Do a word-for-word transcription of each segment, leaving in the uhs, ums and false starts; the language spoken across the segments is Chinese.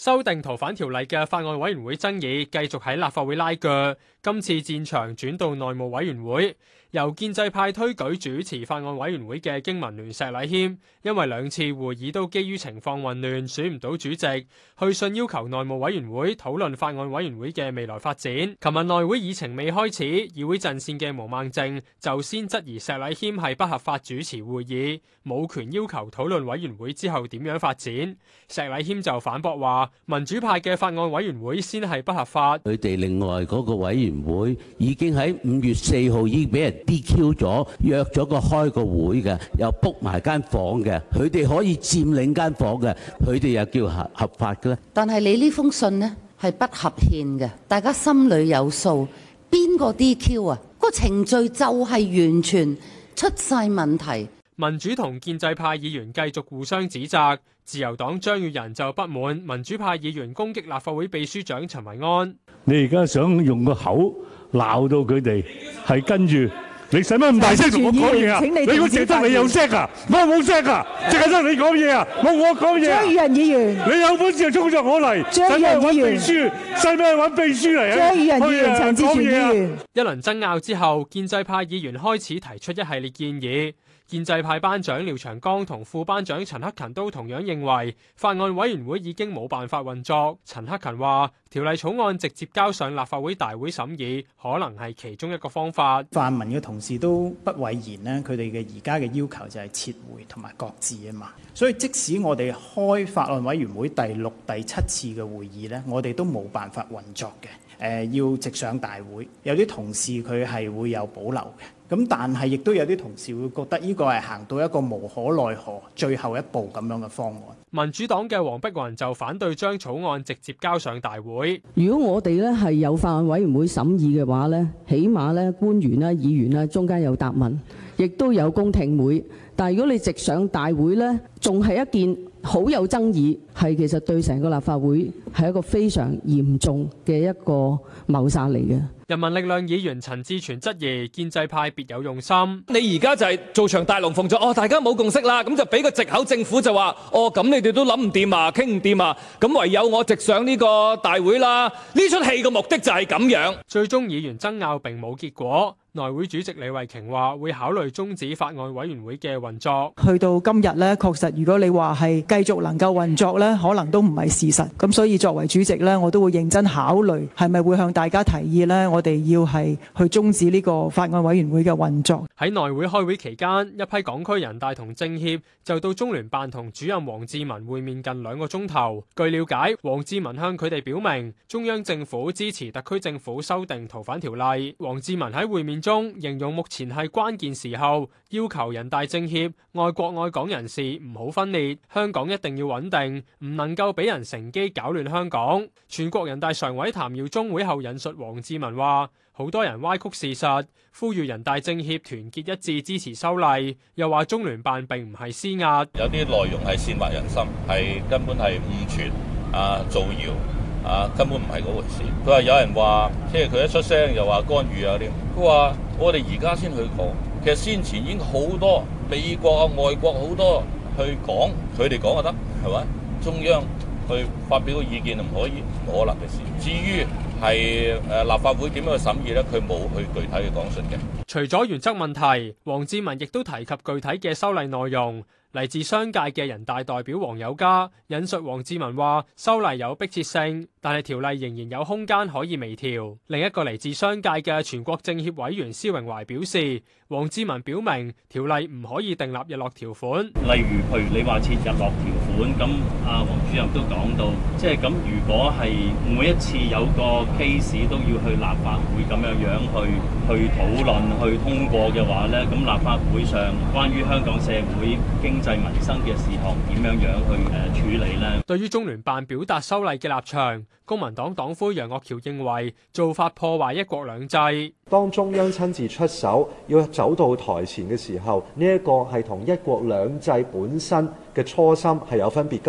修訂逃犯條例嘅法案委員會爭議繼續喺立法會拉鋸，今次戰場轉到內務委員會，由建制派推舉主持法案委員會嘅經民聯石禮謙，因為兩次會議都基於情況混亂選唔到主席，去信要求內務委員會討論法案委員會嘅未來發展。琴日內會議程未開始，議會陣線嘅毛孟靜就先質疑石禮謙係不合法主持會議，冇權要求討論委員會之後點樣發展。石禮謙就反駁話，民主派嘅法案委員會先係不合法。 佢哋另外嗰個委員會已經喺五月四號已經俾人 D Q 咗，約咗個開個會嘅，又 book 埋間房嘅，佢哋可以佔領間房嘅，佢哋又叫合合法嘅咧？ 但係你呢封信呢係不合憲嘅，大家心裏有數。邊個 D Q 啊？個程序就係完全出晒問題。 民主同建制派議員繼續互相指責，自由黨張宇人就不滿民主派議員攻擊立法會秘書長陳維安。 你而家想用個口鬧到佢哋，係跟住你使乜咁大聲同我講嘢啊？你估淨得你有聲啊？我冇聲啊！淨係得你講嘢啊？冇我講嘢啊！ 張宇人議員， 你有本事就衝着我嚟， 張宇人議員， 使咩揾秘書嚟啊？ 張宇人議員、陳志全議員。 一輪爭拗之後，建制派議員開始提出一系列建議。建制派班長廖長江同副班長陳克勤都同樣認為法案委員會已經冇辦法運作。陳克勤話：條例草案直接交上立法會大會審議，可能係其中一個方法。 泛民嘅同事都不諱言呢，佢哋嘅而家嘅要求就係撤回同埋擱置啊嘛。所以即使我哋開法案委員會第六、第七次嘅會議呢，我哋都冇辦法運作嘅。誒、呃，要直上大會，有啲同事佢係會有保留嘅。咁但係亦都有啲同事會覺得呢個係行到一個無可奈何最後一步咁樣嘅方案。 民主黨嘅黃碧雲就反對將草案直接交上大會。 如果我哋咧係有法案委員會審議嘅話咧，起碼咧官員啦、議員啦中間有答問，亦都有公聽會。但係如果你直上大會咧，仲係一件好有爭議，係其實對成個立法會係一個非常嚴重嘅一個謀殺嚟嘅。 人民力量議員陳志全質疑建制派別有用心。 你而家就係做場大龍鳳咗，哦，大家冇共識啦，咁就俾個藉口，政府就話，哦，咁你哋都諗唔掂啊，傾唔掂啊，咁唯有我直上呢個大會啦。呢出戲嘅目的就係咁樣。 最終議員爭拗並冇結果。內會主席李慧瓊話會考慮終止法案委員會嘅運作。 去到今日呢，確實如果你話係繼續能夠運作呢，可能都唔係事實。咁所以作為主席呢，我都會認真考慮係咪會向大家提議呢，我哋要係去終止呢個法案委員會嘅運作。 喺內會開會期間，一批港區人大同政協就到中聯辦同主任王志民會面近兩個鐘頭。據了解，王志民向佢哋表明中央政府支持特區政府修訂逃犯條例。王志民喺會面中形容目前係關鍵時候，要求人大政協愛國愛港人士唔好分裂，香港一定要穩定，唔能夠俾人乘機搞亂香港。全國人大常委譚耀宗會後引述王志民話，好多人歪曲事實，呼籲人大政協團結一致支持修例，又話中聯辦並唔係施壓， 有啲內容係煽惑人心，係根本係誤傳啊造謠。啊，根本唔係嗰回事。佢話有人話，即係佢一出聲又話干預啊啲。佢話我哋而家先去講，其實先前已經好多美國啊、外國好多去講，佢哋講就得，係咪？中央去發表個意見就唔可以，唔可能嘅事。至於係誒立法會點樣去審議呢？佢冇去具體嘅講述嘅。 除咗原則問題，王志民亦都提及具體嘅修例內容。嚟自商界嘅人大代表黃友嘉引述王志民話：修例有迫切性，但係條例仍然有空間可以微調。另一個嚟自商界嘅全國政協委員施榮懷表示，王志民表明條例唔可以訂立日落條款。 例如，譬如你話設日落條款，咁阿黃主任都講到，即係咁，如果係每一次有個 case 都要去立法會咁樣樣去去討論、去通過嘅話咧，咁立法會上關於香港社會經濟民生嘅事項點樣樣去誒處理呢？ 對於中聯辦表達修例嘅立場，公民黨黨魁楊岳橋認為做法破壞一國兩制。 當中央親自出手要走到台前嘅時候，呢一個係同一國兩制本身嘅初心係有分別㗎嘛？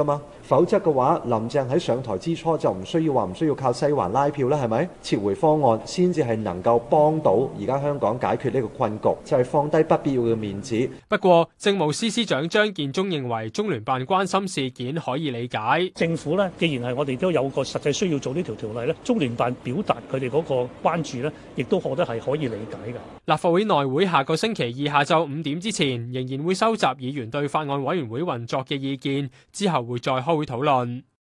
否則嘅話，林鄭喺上台之初就唔需要話唔需要靠西環拉票啦，係咪？撤回方案先至係能夠幫到而家香港解決呢個困局，就係放低不必要嘅面子。 不過，政務司司長張建宗認為中聯辦關心事件可以理解。 政府呢，既然係我哋都有個實際需要做呢條條例呢，中聯辦表達佢哋嗰個關注呢，亦都覺得係可以理解嘅。 立法會內會下個星期二下晝五點之前，仍然會收集議員對法案委員會運作嘅意見，之後會再開會討論。